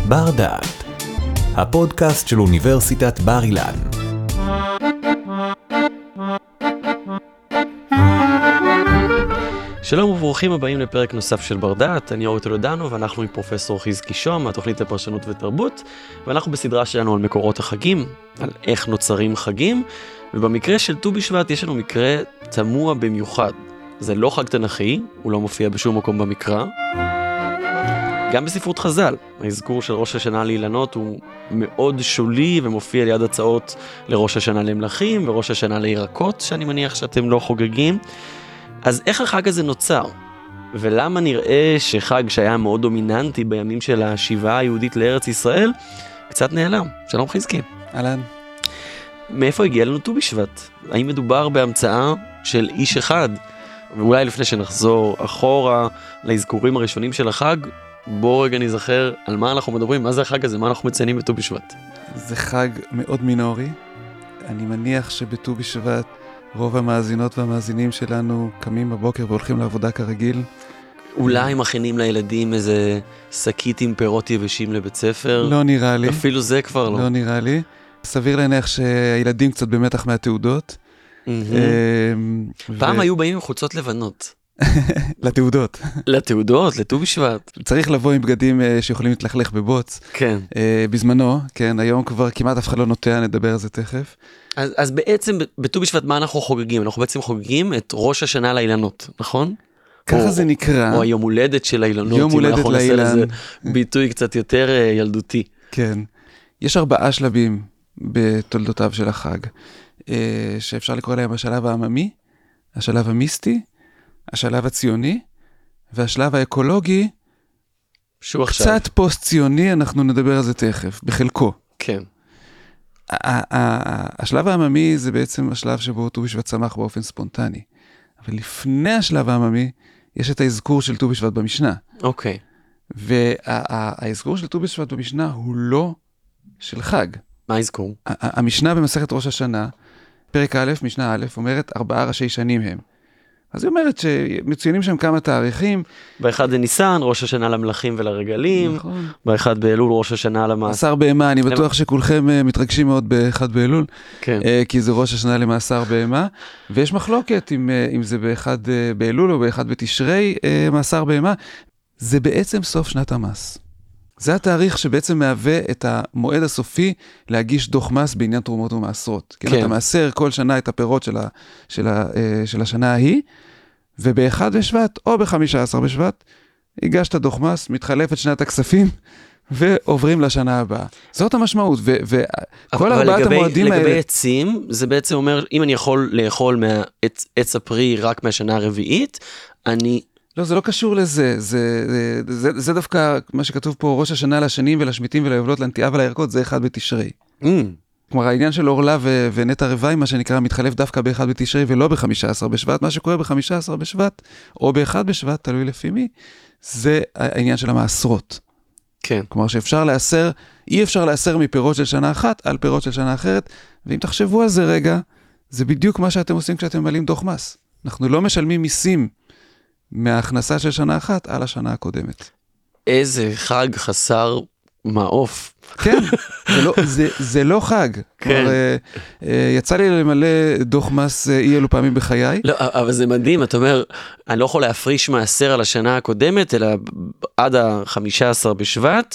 בר דעת, הפודקאסט של אוניברסיטת בר אילן. שלום וברוכים הבאים לפרק נוסף של בר דעת, אני אורי טולדנו ואנחנו עם פרופסור חזקי שוהם מהתוכנית לפרשנות ותרבות, ואנחנו בסדרה שלנו על מקורות החגים, על איך נוצרים חגים, ובמקרה של ט"ו בשבט יש לנו מקרה תמוה במיוחד. זה לא חג תנכי, הוא לא מופיע בשום מקום במקרא. גם בספרות חז"ל, האזכור של ראש השנה לאילנות הוא מאוד שולי ומופיע ליד הצעות לראש השנה למלכים וראש השנה לירקות, שאני מניח שאתם לא חוגגים. אז איך החג הזה נוצר? ולמה נראה שחג שהיה מאוד דומיננטי בימים של השיבה היהודית לארץ ישראל, קצת נעלם? שלום חזקי. אהלן. מאיפה הגיע לנו ט"ו בשבט? האם מדובר בהמצאה של איש אחד? ואולי לפני שנחזור אחורה לאזכורים הראשונים של החג, בואו רגע נזכר על מה אנחנו מדברים, מה זה החג הזה, מה אנחנו מציינים בט"ו בשבט. זה חג מאוד מינורי. אני מניח שבט"ו בשבט רוב המאזינות והמאזינים שלנו קמים בבוקר והולכים לעבודה כרגיל. אולי מכינים לילדים איזה שקית עם פירות יבשים לבית ספר. לא נראה לי. אפילו זה כבר לא. לא נראה לי. סביר להניח שהילדים קצת במתח מהתעודות. פעם היו באים עם חולצות לבנות. לתעודות. לתעודות, לט"ו בשבט. צריך לבוא עם בגדים שיכולים להתלכלך בבוץ. כן. בזמנו, כן, היום כבר כמעט אף אחד לא נוטע, נדבר על זה תכף. אז בעצם בט"ו בשבט מה אנחנו חוגגים? אנחנו בעצם חוגגים את ראש השנה לאילנות, נכון? ככה זה נקרא. או היום הולדת של האילנות. יום הולדת לאילן. זה ביטוי קצת יותר ילדותי. כן. יש 4 שלבים בתולדותיו של החג, שאפשר לקרוא להם השלב העממי, השלב המיסטי, השלב הציוני, והשלב האקולוגי, שהוא עכשיו. קצת פוסט-ציוני, אנחנו נדבר על זה תכף, בחלקו. כן. השלב העממי זה בעצם השלב שבו ט"ו בשבט צמח באופן ספונטני. אבל לפני השלב העממי, יש את האזכור של ט"ו בשבט במשנה. אוקיי. והאזכור של ט"ו בשבט במשנה הוא לא של חג. מה האזכור? המשנה במסכת ראש השנה, פרק א', משנה א', אומרת 4 ראשי שנים הם. אז היא אומרת שמצוינים שם כמה תאריכים. באחד בניסן, ראש השנה למלכים ולרגלים. נכון. באחד באלול, ראש השנה למאסר בהמה. אני בטוח שכולכם מתרגשים מאוד באחד באלול. כן. כי זה ראש השנה למאסר בהמה. ויש מחלוקת אם זה באחד באלול או באחד בתשרי מאסר בהמה. זה בעצם סוף שנת המס. זה התאריך שבעצם מהווה את המועד הסופי להגיש דוח מס בעניין תרומות ומעשרות. כן. אתה מעשר כל שנה את הפירות של השנה ההיא, ובאחד בשבט או ב-15 בשבט, הגשת דוח מס, מתחלפת שנת הכספים, ועוברים לשנה הבאה. זאת המשמעות, וכל 4 המועדים האלה... לגבי עצים, זה בעצם אומר, אם אני יכול לאכול מעץ הפרי רק מהשנה הרביעית, לא, זה לא קשור לזה, זה דווקא מה שכתוב פה, ראש השנה לשנים ולשמיטים וליובלות לנטיעה ולירקות, זה 1 בתשרי. כלומר, העניין של אורלה ונטע רווי, מה שנקרא, מתחלף דווקא ב1 בתשרי ולא ב-15 בשבט, מה שקורה ב-15 בשבט, או ב1 בשבט, תלוי לפי מי, זה העניין של המעשרות. כן. כלומר, שאפשר לאסר, אי אפשר לאסר מפירות של שנה אחת על פירות של שנה אחרת, ואם תחשבו על זה רגע, זה בדיוק מה שאתם עושים כשאתם מלאים דוח מס. אנחנו לא משלמים מיסים מההכנסה של שנה אחת על השנה הקודמת. איזה חג חסר מעוף. כן, זה לא חג. כן. יצא לי למלא דוח מס אי אלו פעמים בחיי. לא, אבל זה מדהים, אתה אומר, אני לא יכול להפריש מעשר על השנה הקודמת, אלא עד ה-15 בשבט,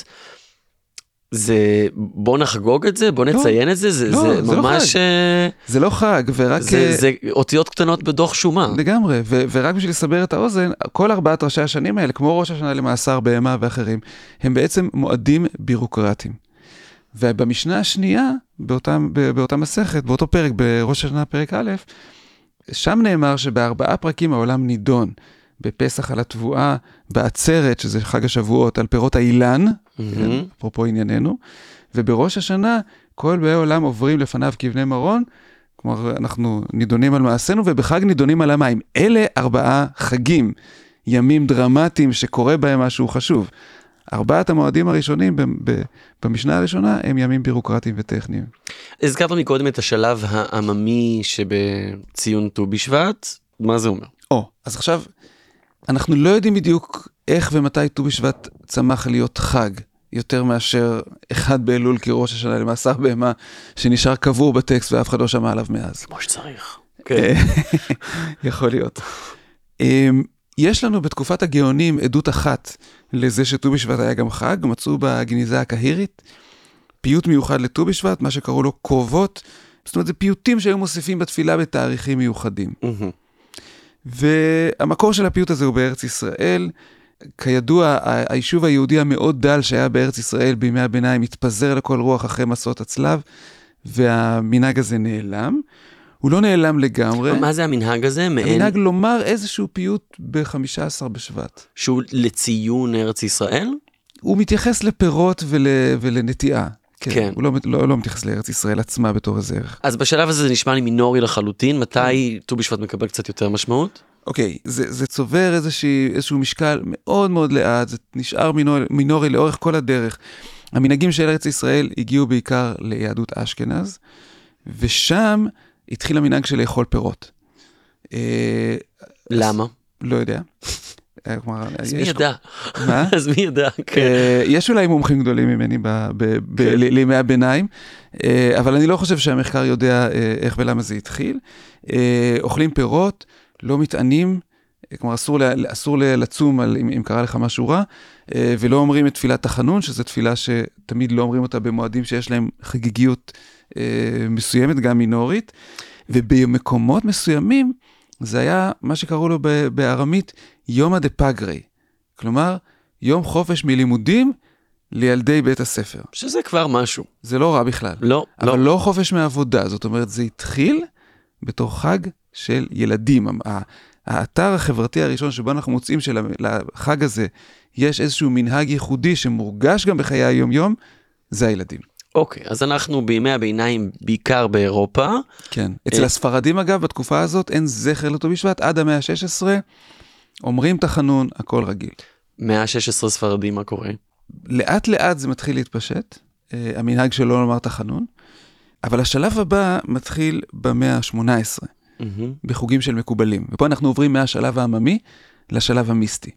זה, בוא נחגוג את זה, בוא נציין את זה, זה ממש... זה לא חג, ורק... זה אותיות קטנות בדוח שומה. לגמרי, ורק בשביל לסבר את האוזן, כל 4 ראשי השנים האלה, כמו ראש השנה למאסר בהמה ואחרים, הם בעצם מועדים בירוקרטיים. ובמשנה השנייה, באותה מסכת, באותו פרק, בראש השנה פרק א', שם נאמר שב4 פרקים העולם נידון, בפסח על התבואה, בעצרת, שזה חג השבועות, על פירות האילן, אפרופו ענייננו, ובראש השנה, כל באי עולם עוברים לפניו כבני מרון, כלומר, אנחנו נידונים על מעשינו, ובחג נידונים על המים. אלה 4 חגים, ימים דרמטיים שקורה בהם משהו חשוב. 4 המועדים הראשונים במשנה הראשונה הם ימים בירוקרטיים וטכניים. הזכרת מקודם את השלב העממי שבציון ט"ו בשבט, מה זה אומר? אז עכשיו, אנחנו לא יודעים בדיוק איך ומתי ט"ו בשבט צמח להיות חג. יותר מאשר אחד באלול כראש השנה למאסר בהמה, שנשאר קבור בטקסט ואף אחד לא שמע עליו מאז. כמו שצריך. יכול להיות. יש לנו בתקופת הגאונים עדות אחת לזה שט"ו בשבט היה גם חג, מצאו בגניזה הקהירית, פיוט מיוחד לט"ו בשבט, מה שקראו לו קרובות, זאת אומרת, זה פיוטים שהיו מוסיפים בתפילה בתאריכים מיוחדים. והמקור של הפיוט הזה הוא בארץ ישראל. כידוע, היישוב היהודי המאוד דל שהיה בארץ ישראל בימי הביניים, התפזר לכל רוח אחרי מסעות הצלב, והמנהג הזה נעלם. הוא לא נעלם לגמרי. מה זה המנהג הזה? המנהג לומר איזשהו פיוט ב-15 בשבט. שהוא לציון ארץ ישראל? הוא מתייחס לפירות ולנטיעה. כן. הוא לא מתייחס לארץ ישראל עצמה בתור איזה ערך. אז בשלב הזה זה נשמע לי מינורי לחלוטין. מתי ט"ו בשבט מקבל קצת יותר משמעות? אוקיי, זה צובר איזשהו משקל מאוד מאוד לאט, זה נשאר מינורי לאורך כל הדרך. המנהגים של ארץ ישראל הגיעו בעיקר ליהדות אשכנז, ושם התחיל המנהג של לאכול פירות. למה? לא יודע. אז מי ידע? מה? אז מי ידע? יש אולי מומחים גדולים ממני לימי הביניים, אבל אני לא חושב שהמחקר יודע איך ולמה זה התחיל. אוכלים פירות, לא מתענים, כלומר אסור לצום אם קרה לך משהו רע, ולא אומרים את תפילת תחנון, שזו תפילה שתמיד לא אומרים אותה במועדים שיש להם חגיגיות מסוימת, גם מינורית, ובמקומות מסוימים, זה היה מה שקראו לו בארמית, יומא דפגרי. כלומר, יום חופש מלימודים לילדי בית הספר. שזה כבר משהו. זה לא רע בכלל. לא. אבל לא חופש מעבודה. זאת אומרת, זה התחיל בתור חג של ילדים. האתר החברתי הראשון שבו אנחנו מוצאים שלחג הזה יש איזשהו מנהג ייחודי שמורגש גם בחיי היום-יום, זה הילדים. אוקיי, אז אנחנו בימי הביניים בעיקר באירופה. כן. אצל הספרדים אגב, בתקופה הזאת אין זכר לט"ו בשבט, עד המאה ה-16 אומרים תחנון, הכל רגיל. 116 ספרדים, מה קורה? לאט לאט זה מתחיל להתפשט, המנהג שלא לומר תחנון, אבל השלב הבא מתחיל במאה ה-18, בחוגים של מקובלים. ופה אנחנו עוברים מהשלב העממי לשלב המיסטי.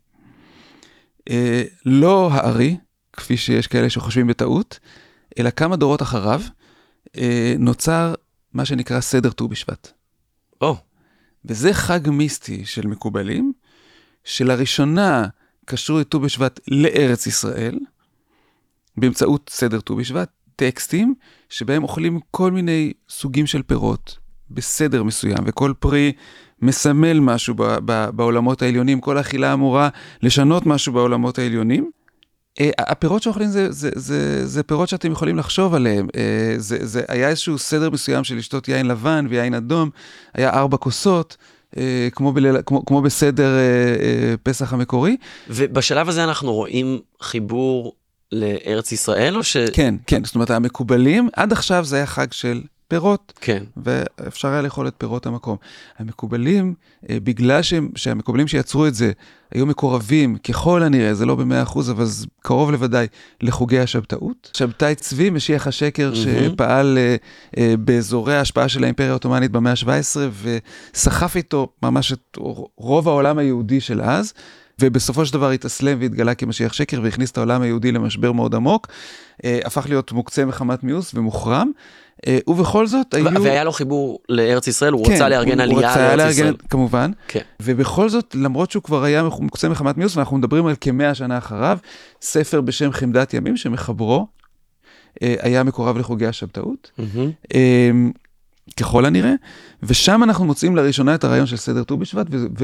לא הארי, כפי שיש כאלה שחושבים בטעות, אלא כמה דורות אחריו, נוצר מה שנקרא סדר ט"ו בשבט. וזה חג מיסטי של מקובלים, שלראשונה קשרו את ט"ו בשבט לארץ ישראל, באמצעות סדר ט"ו בשבט, טקסטים, שבהם אוכלים כל מיני סוגים של פירות, בסדר מסוים, וכל פרי מסמל משהו בעולמות העליונים, כל אכילה אמורה לשנות משהו בעולמות העליונים. הפירות שאוכלים זה פירות שאתם יכולים לחשוב עליהם. זה היה איזשהו סדר מסוים של לשתות יין לבן ויין אדום, היה 4 כוסות, כמו בסדר פסח המקורי. ובשלב הזה אנחנו רואים חיבור לארץ ישראל או ש... כן, כן, זאת אומרת המקובלים, עד עכשיו זה היה חג של פירות, כן. ואפשר היה לאכול את פירות המקום. המקובלים, בגלל שהמקובלים שיצרו את זה, היו מקורבים, ככל הנראה, זה לא ב100%, אבל קרוב לוודאי, לחוגי השבתאות. שבתאי צבי, משיח השקר, שפעל באזורי ההשפעה של האימפריה האוטומנית במאה ה-17, וסחף איתו ממש את רוב העולם היהודי של אז, ובסופו של דבר התאסלם והתגלה כמשיח שקר, והכניס את העולם היהודי למשבר מאוד עמוק, הפך להיות מוקצה מחמת מיאוס ומוחרם, ובכל זאת היו... והיה לו חיבור לארץ ישראל, הוא רצה לארגן עלייה לארץ ישראל. כמובן, ובכל זאת, למרות שהוא כבר היה מוקצה מחמת מיאוס, ואנחנו מדברים על כ100 שנה אחריו, ספר בשם חמדת ימים, שמחברו היה מקורב לחוגי השבתאות, ככל הנראה, ושם אנחנו מוצאים לראשונה את הרעיון של סדר ט"ו בשבט,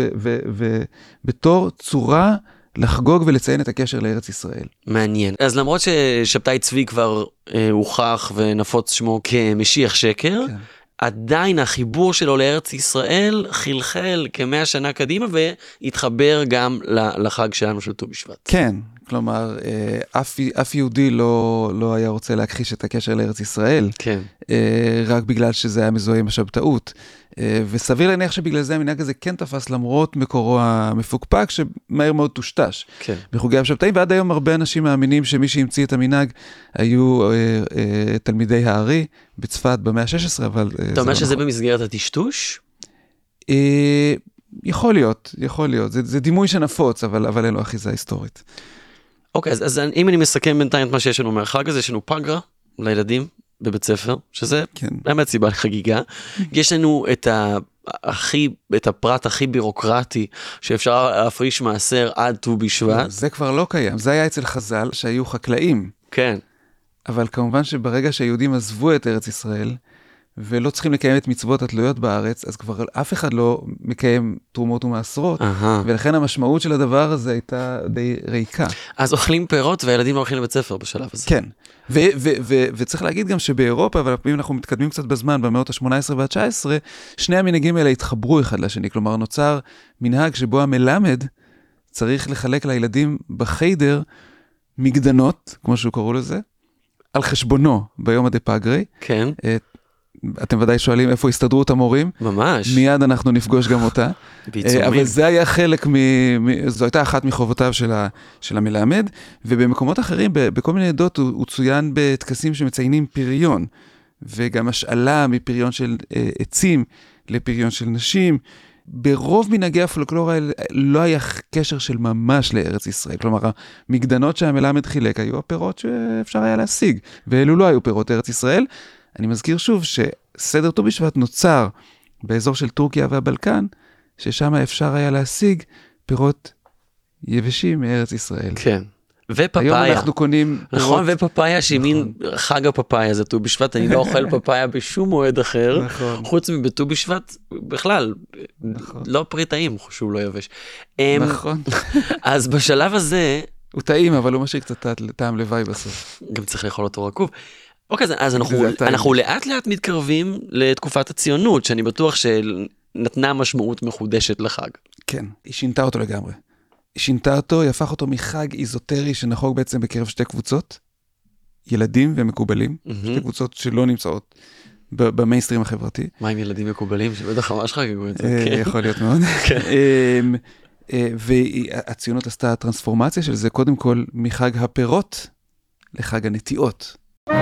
ובתור צורה לחגוג ולציין את הקשר לארץ ישראל. מעניין. אז למרות ששבתאי צבי כבר הוכח ונפוץ שמו כמשיח שקר, כן. עדיין החיבור שלו לארץ ישראל חלחל כ100 שנה קדימה, והתחבר גם לחג שלנו של ט"ו בשבט. כן, כלומר, אף יהודי לא היה רוצה להכחיש את הקשר לארץ ישראל, כן. רק בגלל שזה היה מזוהה עם השבתאות. וסביר להניח שבגלל זה המנהג הזה כן תפס למרות מקורו המפוקפק, שמהר מאוד טושטש. כן. בחוגי השבתאים, ועד היום הרבה אנשים מאמינים שמי שהמציא את המנהג היו תלמידי הארי בצפת במאה ה-16, אבל... אתה אומר שזה במסגרת הטשטוש? יכול להיות. זה דימוי שנפוץ, אבל אין לו אחיזה היסטורית. אוקיי, אז אם אני מסכם בינתיים את מה שיש לנו מהחג הזה, יש לנו פגרה לילדים בבית ספר, שזה באמת סיבה לחגיגה. יש לנו את הפרט הכי בירוקרטי, שאפשר להפריש מעשר עד ט"ו בשבט. זה כבר לא קיים, זה היה אצל חז"ל שהיו חקלאים. כן. אבל כמובן שברגע שהיהודים עזבו את ארץ ישראל, ולא צריכים לקיים את מצוות התלויות בארץ, אז כבר אף אחד לא מקיים תרומות ומעשרות, ולכן המשמעות של הדבר הזה הייתה די ריקה. אז אוכלים פירות והילדים לא הולכים לבית ספר בשלב הזה. כן, וצריך להגיד גם שבאירופה, אבל אם אנחנו מתקדמים קצת בזמן, במאות ה-18 וה-19, שני המנהגים האלה התחברו אחד לשני, כלומר נוצר מנהג שבו המלמד צריך לחלק לילדים בחיידר מגדנות, כמו שהוא קראו לזה, על חשבונו ביום הדפגרי. כן. אתם ודאי שואלים איפה הסתדרות המורים. ממש. מיד אנחנו נפגוש גם אותה. בעיצומים. אבל זה היה חלק זו הייתה אחת מחובותיו של המלמד, ובמקומות אחרים, בכל מיני עדות, הוא צוין בטקסים שמציינים פריון, וגם השאלה מפריון של עצים לפריון של נשים. ברוב מנהגי הפולקלור האלה לא היה קשר של ממש לארץ ישראל. כלומר, המגדנות שהמלמד חילק היו הפירות שאפשר היה להשיג, ואלו לא היו פירות ארץ ישראל. אני מזכיר שוב שסדר ט"ו בשבט נוצר באזור של טורקיה והבלקן, ששם אפשר היה להשיג פירות יבשים מארץ ישראל. כן. ופפאיה. היום אנחנו קונים פירות. נכון, ופפאיה שהיא מין חג הפפאיה, זה ט"ו בשבט, אני לא אוכל פפאיה בשום מועד אחר, חוץ מבט"ו בשבט, בכלל, לא פרי טעים, שהוא לא יבש. נכון. אז בשלב הזה... הוא טעים, אבל הוא משאיר קצת טעם לוואי בסוף. גם צריך לאכול אותו רקוב. אוקיי, אז אנחנו לאט לאט מתקרבים לתקופת הציונות, שאני בטוח שנתנה משמעות מחודשת לחג. כן, היא שינתה אותו לגמרי. היא שינתה אותו, היא הפך אותו מחג איזוטרי שנחוג בעצם בקרב שתי קבוצות, ילדים ומקובלים, שתי קבוצות שלא נמצאות במיינסטרים החברתי. מה עם ילדים מקובלים שבטח ממש חגגו את זה? יכול להיות מאוד. והציונות עשתה טרנספורמציה של זה, קודם כל מחג הפירות לחג הנטיעות.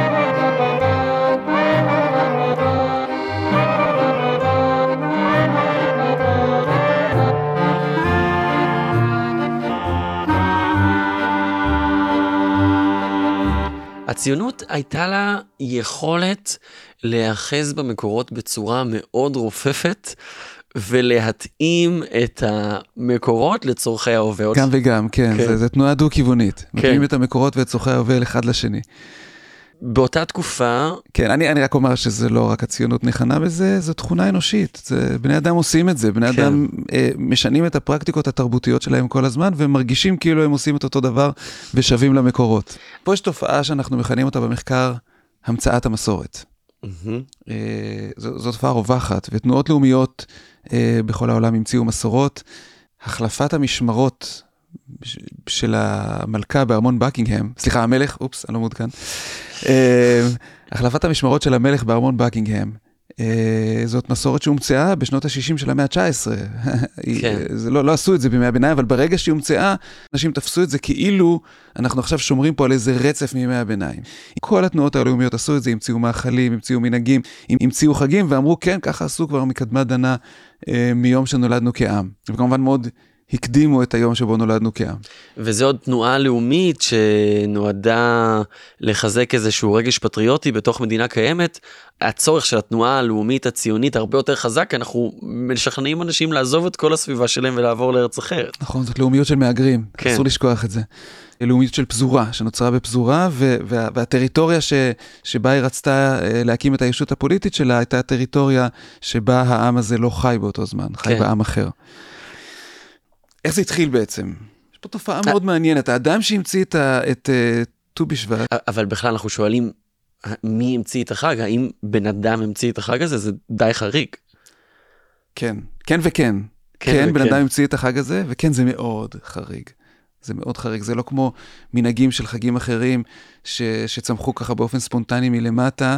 הציונות הייתה לה יכולת להיאחז במקורות בצורה מאוד רופפת, ולהתאים את המקורות לצורכי ההווה. גם וגם, כן. זה תנועה דו-כיוונית. מתאים את המקורות ואת צורכי ההווה אחד לשני. באותה תקופה... כן, אני רק אומר שזה לא רק הציונות נכונה בזה, זו תכונה אנושית. בני אדם עושים את זה, בני אדם משנים את הפרקטיקות התרבותיות שלהם כל הזמן, ומרגישים כאילו הם עושים את אותו דבר ושווים למקורות. פה יש תופעה שאנחנו מכנים אותה במחקר, המצאת המסורת. זו תופעה רווחת, ותנועות לאומיות בכל העולם המציאו מסורות. החלפת המשמרות של המלכה בארמון בקינגהם, סליחה, המלך, אני לא מעודכן. החלפת המשמרות של המלך בארמון בקינגהם, זאת מסורת שהומצאה בשנות ה-60 של המאה ה-19. לא עשו את זה בימי הביניים, אבל ברגע שהיא הומצאה, אנשים תפסו את זה כאילו אנחנו עכשיו שומרים פה על איזה רצף מימי הביניים. כל התנועות הלאומיות עשו את זה, המציאו מאכלים, המציאו מנהגים, המציאו חגים, ואמרו כן, ככה עשו כבר מקדמת דנה מיום שנולדנו כעם. וכמובן מאוד הקדימו את היום שבו נולדנו כעם. וזו עוד תנועה לאומית שנועדה לחזק איזשהו רגש פטריוטי בתוך מדינה קיימת. הצורך של התנועה הלאומית הציונית הרבה יותר חזק, אנחנו משכנעים אנשים לעזוב את כל הסביבה שלהם ולעבור לארץ אחרת. נכון, זאת לאומיות של מהגרים, כן. אסור לשכוח את זה. לאומיות של פזורה, שנוצרה בפזורה, והטריטוריה שבה היא רצתה להקים את הישות הפוליטית שלה, הייתה הטריטוריה שבה העם הזה לא חי באותו זמן, חי בעם אחר. איך זה התחיל בעצם? יש פה תופעה מאוד מעניינת. האדם שהמציא את ט"ו בשבט. אבל בכלל אנחנו שואלים, מי המציא את החג? האם בן אדם המציא את החג הזה? זה די חריג. כן, כן וכן. כן, בן אדם המציא את החג הזה, וכן, זה מאוד חריג. זה מאוד חריג. זה לא כמו מנהגים של חגים אחרים, שצמחו ככה באופן ספונטני מלמטה,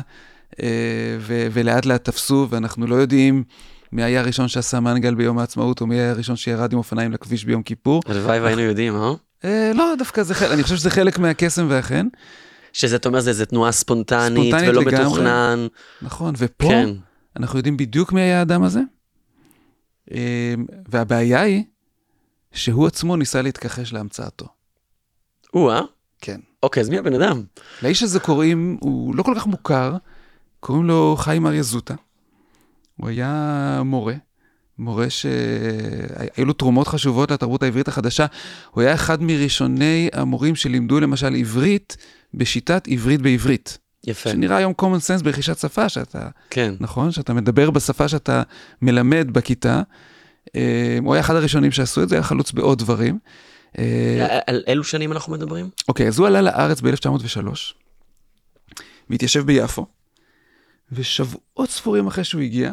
ולאט לאט תפסו, ואנחנו לא יודעים מי היה הראשון שעשה מנגל ביום העצמאות, או מי היה הראשון שירד עם אופניים לכביש ביום כיפור. הלוואי והיינו יודעים, לא, דווקא אני חושב שזה חלק מהקסם והחן. שזה, אתה אומר, זה תנועה ספונטנית ולא מתוכנן. נכון, ופה אנחנו יודעים בדיוק מי היה האדם הזה, והבעיה היא שהוא עצמו ניסה להתכחש להמצאתו. כן. אוקיי, אז מי הבן אדם? לאיש הזה קוראים, הוא לא כל כך מוכר, קוראים לו חיים אריה זוטה. הוא היה מורה שהיו לו תרומות חשובות לתרבות העברית החדשה. הוא היה אחד מראשוני המורים שלימדו למשל עברית בשיטת עברית בעברית. יפה. שנראה היום common sense ברכישת שפה, שאתה, כן. נכון? שאתה מדבר בשפה שאתה מלמד בכיתה. הוא היה אחד הראשונים שעשו את זה, היה חלוץ בעוד דברים. על אילו שנים אנחנו מדברים? אוקיי, אז הוא עלה לארץ ב-1903, והתיישב ביפו, ושבועות ספורים אחרי שהוא הגיע,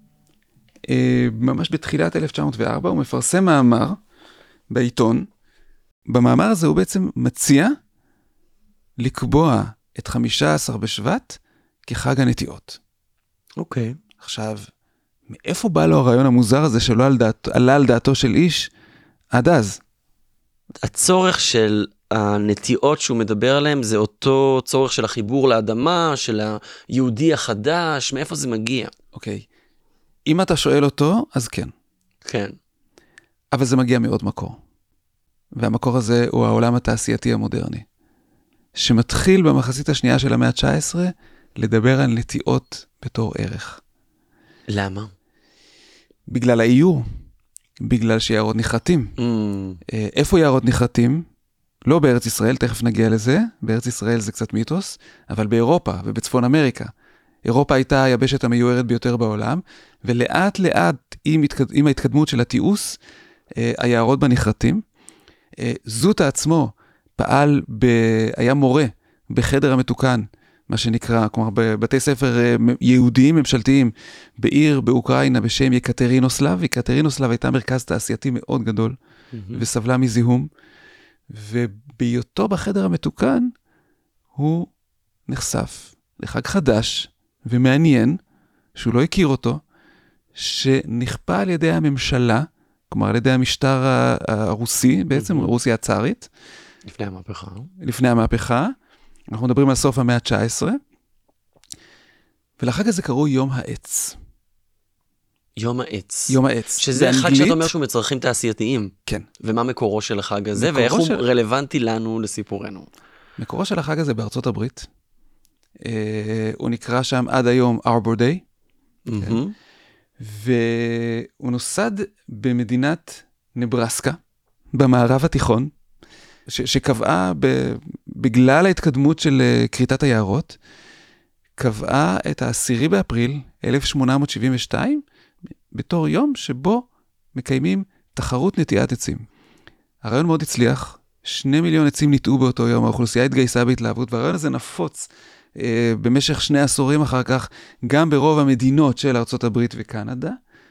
ממש בתחילת 1904, הוא מפרסם מאמר בעיתון. במאמר הזה הוא בעצם מציע לקבוע את 15 בשבט כחג הנטיעות. אוקיי. עכשיו, מאיפה בא לו הרעיון המוזר הזה שלא עלה על דעתו של איש עד אז? הצורך של הנטיעות שהוא מדבר עליהם זה אותו צורך של החיבור לאדמה, של היהודי החדש, מאיפה זה מגיע? אוקיי. אם אתה שואל אותו, אז כן. כן. אבל זה מגיע מעוד מקור. והמקור הזה הוא העולם התעשייתי המודרני, שמתחיל במחצית השנייה של המאה ה-19 לדבר על נטיעות בתור ערך. למה? בגלל האיור, בגלל שיערות נחתים. איפה יערות נחתים? לא בארץ ישראל, תכף נגיע לזה, בארץ ישראל זה קצת מיתוס, אבל באירופה ובצפון אמריקה. אירופה הייתה היבשת המיוערת ביותר בעולם, ולאט לאט עם ההתקדמות של התיעוש, היערות בה נחרטים. זוטה עצמו היה מורה בחדר המתוקן, מה שנקרא, כלומר בבתי ספר יהודיים ממשלתיים, בעיר באוקראינה בשם יקטרינוסלב. יקטרינוסלב הייתה מרכז תעשייתי מאוד גדול, וסבלה מזיהום, ובהיותו בחדר המתוקן, הוא נחשף לחג חדש ומעניין, שהוא לא הכיר אותו, שנכפה על ידי הממשלה, כלומר על ידי המשטר הרוסי, בעצם רוסיה הצארית. לפני המהפכה. לפני המהפכה. אנחנו מדברים על סוף המאה ה-19, ולחג הזה קראו יום העץ. יום העץ. יום העץ. שזה אחד שאתה אומר שהוא מצרכים תעשייתיים. כן. ומה מקורו של החג הזה, ואיך הוא רלוונטי לנו לסיפורנו? מקורו של החג הזה בארצות הברית. הוא נקרא שם עד היום Arbor Day. כן. והוא נוסד במדינת נברסקה, במערב התיכון, שקבעה, בגלל ההתקדמות של כריתת היערות, קבעה את ה10 באפריל 1872, בתור יום שבו מקיימים תחרות נטיעת עצים. הרעיון מאוד הצליח, 2 מיליון עצים ניטעו באותו יום, האוכלוסייה התגייסה בהתלהבות, והרעיון הזה נפוץ במשך 2 עשורים אחר כך, גם ברוב המדינות של ארצות הברית וקנדה,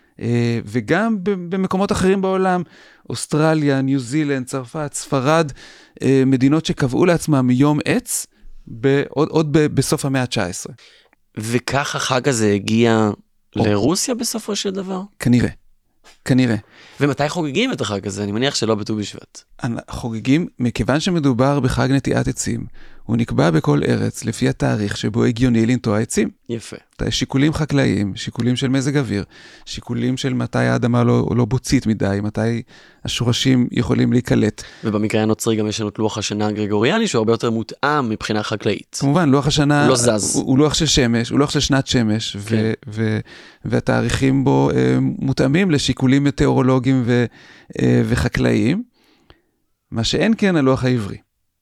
וגם במקומות אחרים בעולם, אוסטרליה, ניו זילנד, צרפת, ספרד, מדינות שקבעו לעצמם יום עץ, עוד בסוף המאה ה-19. וכך החג הזה הגיע לרוסיה בסופו של דבר? כנראה. ומתי חוגגים את החג הזה? אני מניח שלא בט"ו בשבט. חוגגים, מכיוון שמדובר בחג נטיעת עצים, הוא נקבע בכל ארץ לפי התאריך שבו הגיוני לנטוע עצים. יפה. שיקולים חקלאיים, שיקולים של מזג אוויר, שיקולים של מתי האדמה לא בוצית מדי, מתי השורשים יכולים להיקלט. ובמקרה הנוצרי גם יש לנו את לוח השנה הגרגוריאני, שהוא הרבה יותר מותאם מבחינה חקלאית. כמובן, לוח השנה לא זז. הוא לוח של שמש, הוא לוח של שנת שמש, כן. והתאריכים בו מותאמים לשיקולים מטאורולוגיים וחקלאיים, מה שאין כן הלוח העברי.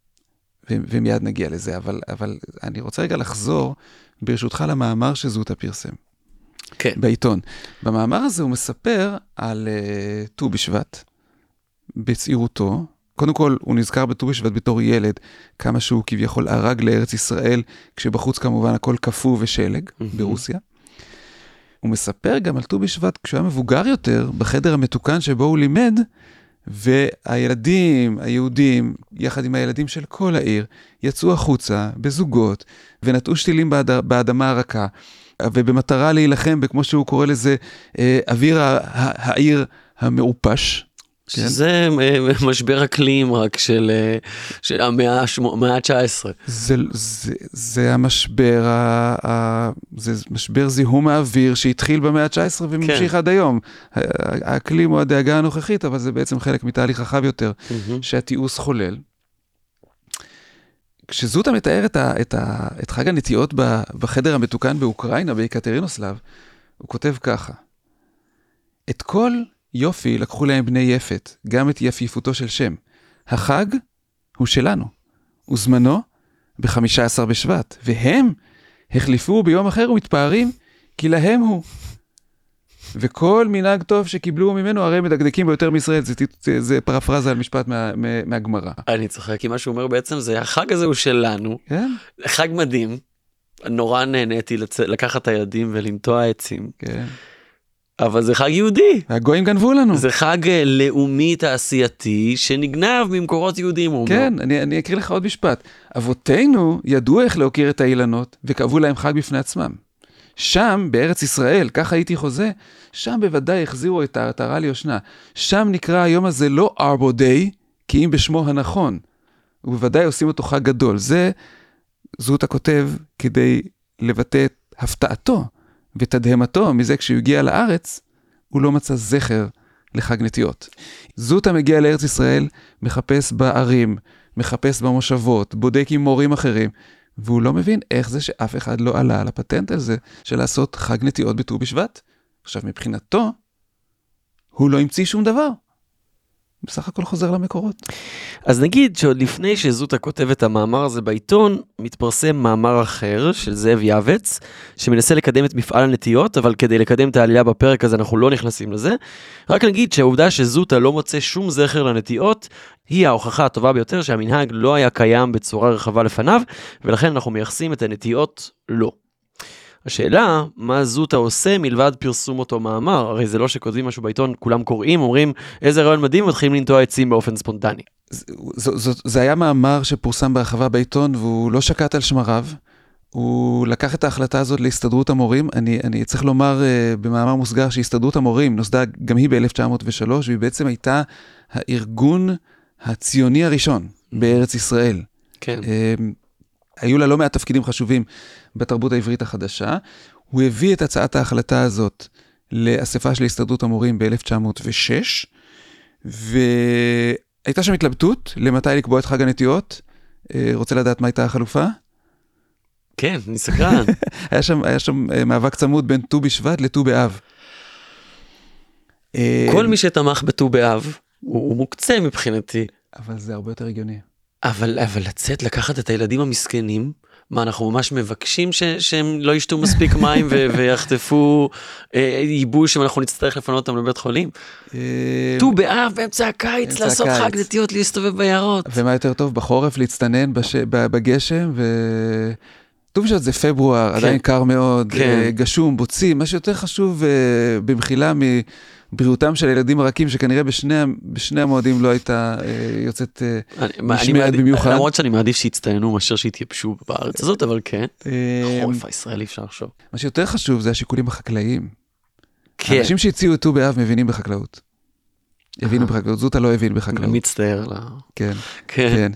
ומיד נגיע לזה, אבל אני רוצה רגע לחזור, ברשותך, למאמר שזוטה פרסם. כן. בעיתון. במאמר הזה הוא מספר על ט"ו בשבט, בצעירותו. קודם כל, הוא נזכר בט"ו בשבט בתור ילד, כמה שהוא כביכול ערג לארץ ישראל, כשבחוץ כמובן הכל קפוא ושלג, ברוסיה. הוא מספר גם על ט"ו בשבט, כשהוא היה מבוגר יותר, בחדר המתוקן שבו הוא לימד, והילדים, היהודים, יחד עם הילדים של כל העיר, יצאו החוצה בזוגות, ונטעו שתילים באדמה הרכה, ובמטרה להילחם, כמו שהוא קורא לזה, אוויר העיר המעופש. שזה משבר אקלים רק של המאה ה-19. זה המשבר, זה משבר זיהום האוויר שהתחיל במאה ה-19 וממשיך עד היום. האקלים הוא הדאגה הנוכחית, אבל זה בעצם חלק מתהליך רחב יותר שהתיעוש חולל. כשזוטה מתאר את חג הנטיעות בחדר המתוקן באוקראינה, ביקטרינוסלב, הוא כותב ככה: את כל יופי לקחו להם בני יפת, גם את יפיפותו של שם. החג הוא שלנו, וזמנו ב-15 בשבט, והם החליפו ביום אחר ומתפארים, כי להם הוא. וכל מנהג טוב שקיבלו ממנו, הרי מדקדקים ביותר מישראל. זה פרפרזה על משפט מהגמרא. אני צוחק, כי מה שהוא אומר בעצם זה, החג הזה הוא שלנו, כן? חג מדהים, נורא נהניתי לקחת את הילדים ולנטוע עצים. כן. אבל זה חג יהודי. הגויים גנבו לנו. זה חג לאומי תעשייתי שנגנב ממקורות יהודים. כן, אני אקריא לך עוד משפט. אבותינו ידעו איך להוקיר את האילנות, וקבעו להם חג בפני עצמם. שם, בארץ ישראל, כך הייתי חוזה, שם בוודאי החזירו את העטרה ליושנה. שם נקרא היום הזה לא ארבו דיי, כי אם בשמו הנכון. ובוודאי עושים אותו חג גדול. זה זוטה כותב כדי לבטא את הפתעתו ותדהמתו מזה כשהוא הגיע לארץ, הוא לא מצא זכר לחג נטיעות. זוטה מגיע לארץ ישראל, מחפש בערים, מחפש במושבות, בודק עם מורים אחרים, והוא לא מבין איך זה שאף אחד לא עלה על הפטנט הזה של לעשות חג נטיעות בט"ו בשבט. עכשיו מבחינתו, הוא לא המציא שום דבר. בסך הכל חוזר למקורות. אז נגיד שעוד לפני שזוטה כותב את המאמר הזה בעיתון, מתפרסם מאמר אחר של זאב יעבץ, שמנסה לקדם את מפעל הנטיות, אבל כדי לקדם את העלייה בפרק הזה אנחנו לא נכנסים לזה. רק נגיד שהעובדה שזוטה לא מוצא שום זכר לנטיות, היא ההוכחה הטובה ביותר שהמנהג לא היה קיים בצורה רחבה לפניו, ולכן אנחנו מייחסים את הנטיות לא. השאלה, מה זוטה עושה מלבד פרסום אותו מאמר? הרי זה לא שכותבים משהו בעיתון, כולם קוראים, אומרים, איזה רעיון מדהים, מתחילים לנטוע עצים באופן ספונטני. זה היה מאמר שפורסם בהרחבה בעיתון, והוא לא שקט על שמריו. הוא לקח את ההחלטה הזאת להסתדרות המורים. אני צריך לומר במאמר מוסגר שהסתדרות המורים נוסדה גם היא ב-1903, והיא בעצם הייתה הארגון הציוני הראשון בארץ ישראל. כן. היו לה לא מעט תפקידים חשובים בתרבות העברית החדשה. הוא הביא את הצעת ההחלטה הזאת לאספה של הסתדרות המורים ב-1906, והייתה שם התלבטות למתי לקבוע את חג הנטיות. רוצה לדעת מה הייתה החלופה? כן, אני סקרן. היה שם מאבק צמוד בין ט"ו בשבט לט"ו באב. כל מי שתמך בט"ו באב, הוא מוקצה מבחינתי. אבל זה הרבה יותר הגיוני. אבל לצאת, לקחת את הילדים המסכנים, מה, אנחנו ממש מבקשים שהם לא ישתו מספיק מים ויחטפו ייבוש, ואנחנו נצטרך לפנות אותם לבית חולים? ט"ו באב, באמצע הקיץ, לעשות חג נטיות, להסתובב ביערות. ומה יותר טוב, בחורף להצטנן בגשם, ט"ו בשבט זה פברואר, עדיין קר מאוד, גשום, בוצים, מה שיותר חשוב במחילה בריאותם של ילדים הרכים, שכנראה בשני המועדים לא הייתה יוצאת משמעת במיוחד. למרות שאני מעדיף שיצטיינו מאשר שהתייבשו בארץ הזאת, אבל כן. חורף הישראלי אפשר לחשוב. מה שיותר חשוב זה השיקולים החקלאיים. האנשים שהציעו את ט"ו באב מבינים בחקלאות. הבינו בחקלאות, זוטה לא הבין בחקלאות. מצטער לה. כן, כן.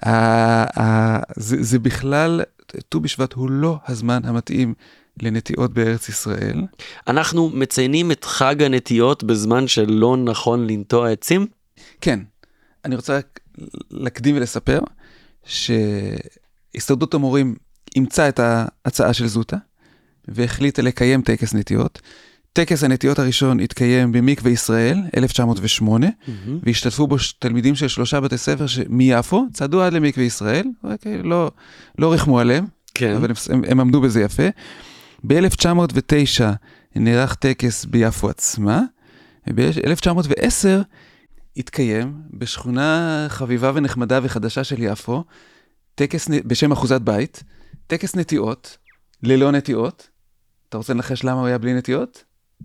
זה בכלל, ט"ו בשבט הוא לא הזמן המתאים לנטיעות בארץ ישראל. אנחנו מציינים את חג הנטיות בזמן שלא נכון לנטוע עצים? כן. אני רוצה רק להקדים ולספר שהסתדרות המורים אימצה את ההצעה של זוטה, והחליטה לקיים טקס נטיות. טקס הנטיות הראשון התקיים במקווה ישראל, 1908, והשתתפו בו תלמידים של 3 בתי ספר מיפו, צעדו עד למקווה ישראל, לא רחמו עליהם, אבל הם עמדו בזה יפה. ב-1909 נערך טקס ביפו עצמה, וב-1910 התקיים בשכונה חביבה ונחמדה וחדשה של יפו, טקס בשם אחוזת בית, טקס נטיעות, ללא נטיעות. אתה רוצה לנחש למה הוא היה בלי נטיעות?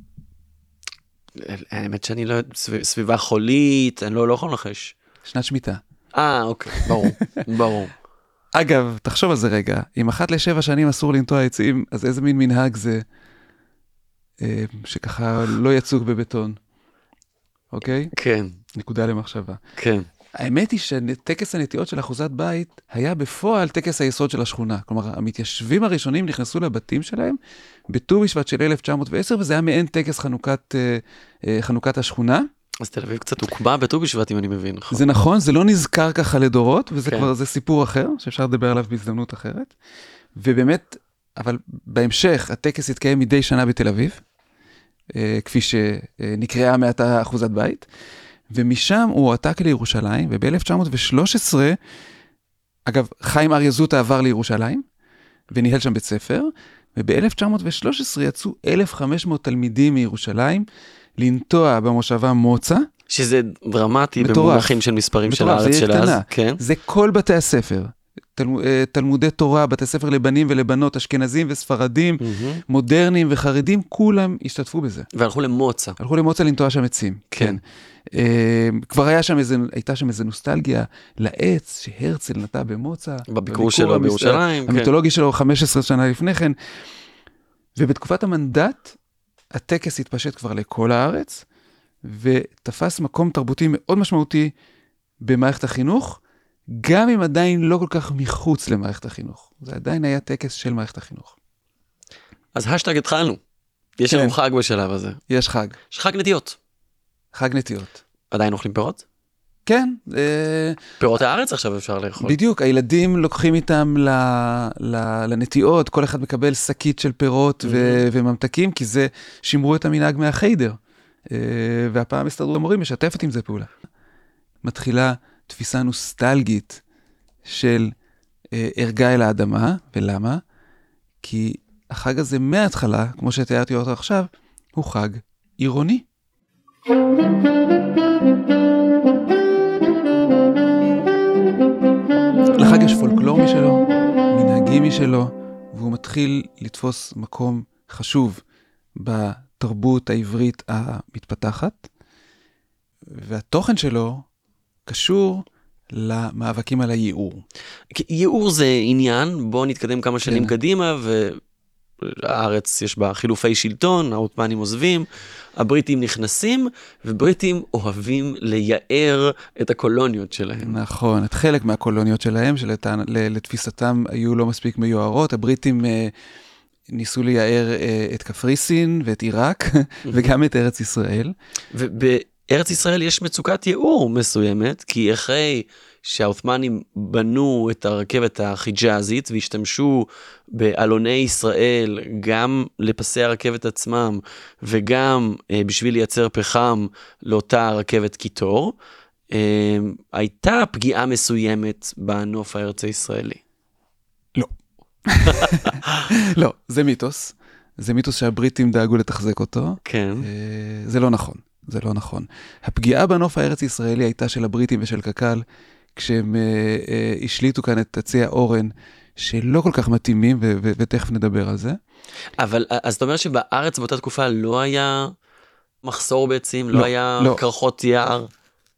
האמת שאני לא, סביבה חולית, אני לא יכול לנחש. שנת שמיטה. אוקיי, ברור. אגב, תחשוב על זה רגע, אם 1 ל7 שנים אסור לנטוע עצים, אז איזה מין מנהג זה שככה לא יצוק בבטון, אוקיי? כן. נקודה למחשבה. כן. האמת היא שטקס הנטיעות של אחוזת בית היה בפועל טקס היסוד של השכונה. כלומר, המתיישבים הראשונים נכנסו לבתים שלהם בט"ו בשבט של 1910, וזה היה מעין טקס חנוכת השכונה. אז תל אביב קצת הוקמה בט"ו בשבט, אם אני מבין. זה נכון, זה לא נזכר ככה לדורות, וזה כן. כבר, זה סיפור אחר, שאפשר לדבר עליו בהזדמנות אחרת. ובאמת, אבל בהמשך, הטקס התקיים מדי שנה בתל אביב, כפי שנקראה מעתה אחוזת בית, ומשם הוא הועתק לירושלים, וב-1913, אגב, חיים אריה זוטה עבר לירושלים, וניהל שם בית ספר, וב-1913 יצאו 1,500 תלמידים מירושלים, לנטוע במושבה מוצא. שזה דרמטי מטורף. במונחים של מספרים של מטורף, הארץ של אז. כן. זה כל בתי הספר. תלמודי תורה, בתי ספר לבנים ולבנות, אשכנזים וספרדים, מודרניים וחרדים, כולם השתתפו בזה. והלכו למוצא. הלכו למוצא לנטוע שם עצים. כן. כבר הייתה שם איזו נוסטלגיה לעץ שהרצל נטע במוצא. בביקור שלו בירושלים. המיתולוגי שלו 15 שנה לפני כן. ובתקופת המנדט, הטקס התפשט כבר לכל הארץ, ותפס מקום תרבותי מאוד משמעותי במערכת החינוך, גם אם עדיין לא כל כך מחוץ למערכת החינוך. זה עדיין היה טקס של מערכת החינוך. אז השטג התחלנו. יש לנו חג בשלב הזה. יש חג. יש חג נטיות. חג נטיות. עדיין אוכלים פירות? כן. פירות הארץ עכשיו אפשר לאכול. בדיוק, הילדים לוקחים איתם לנטיות, כל אחד מקבל שקית של פירות וממתקים, כי זה שימרו את המנהג מהחיידר. והפעם הסתדרות המורים משתפת עם זה פעולה. מתחילה תפיסה נוסטלגית של ערגה אל האדמה, ולמה? כי החג הזה מההתחלה, כמו שתיארתי אותו עכשיו, הוא חג עירוני. לחג יש פולקלור משלו, מנהגים משלו, והוא מתחיל לתפוס מקום חשוב בתרבות העברית המתפתחת, והתוכן שלו קשור למאבקים על הייעור. ייעור זה עניין, בואו נתקדם כמה שנים קדימה, והארץ יש בה חילופי שלטון, העות'מאנים עוזבים, הבריטים נכנסים, ובריטים אוהבים לייער את הקולוניות שלהם. נכון, את חלק מהקולוניות שלהם, שלתפיסתם היו לא מספיק מיוערות, הבריטים ניסו לייער את קפריסין ואת עיראק, וגם את ארץ ישראל. בארץ ישראל יש מצוקת ייעור מסוימת, כי אחרי שהעות'מאנים בנו את הרכבת החיג'אזית, והשתמשו באלוני ישראל, גם לפסי הרכבת עצמם, וגם בשביל לייצר פחם לאותה רכבת קיטור, הייתה פגיעה מסוימת בנוף הארץ הישראלי. לא. לא, זה מיתוס. זה מיתוס שהבריטים דאגו לתחזק אותו. כן. זה לא נכון. זה לא נכון. הפגיעה בנוף הארץ ישראלי הייתה של הבריטים ושל קק"ל, כשהם השליטו כאן את עצי האורן, שלא כל כך מתאימים, ותכף נדבר על זה. אבל אז אתה אומר שבארץ באותה תקופה לא היה מחסור בעצים, לא היה קרחות יער?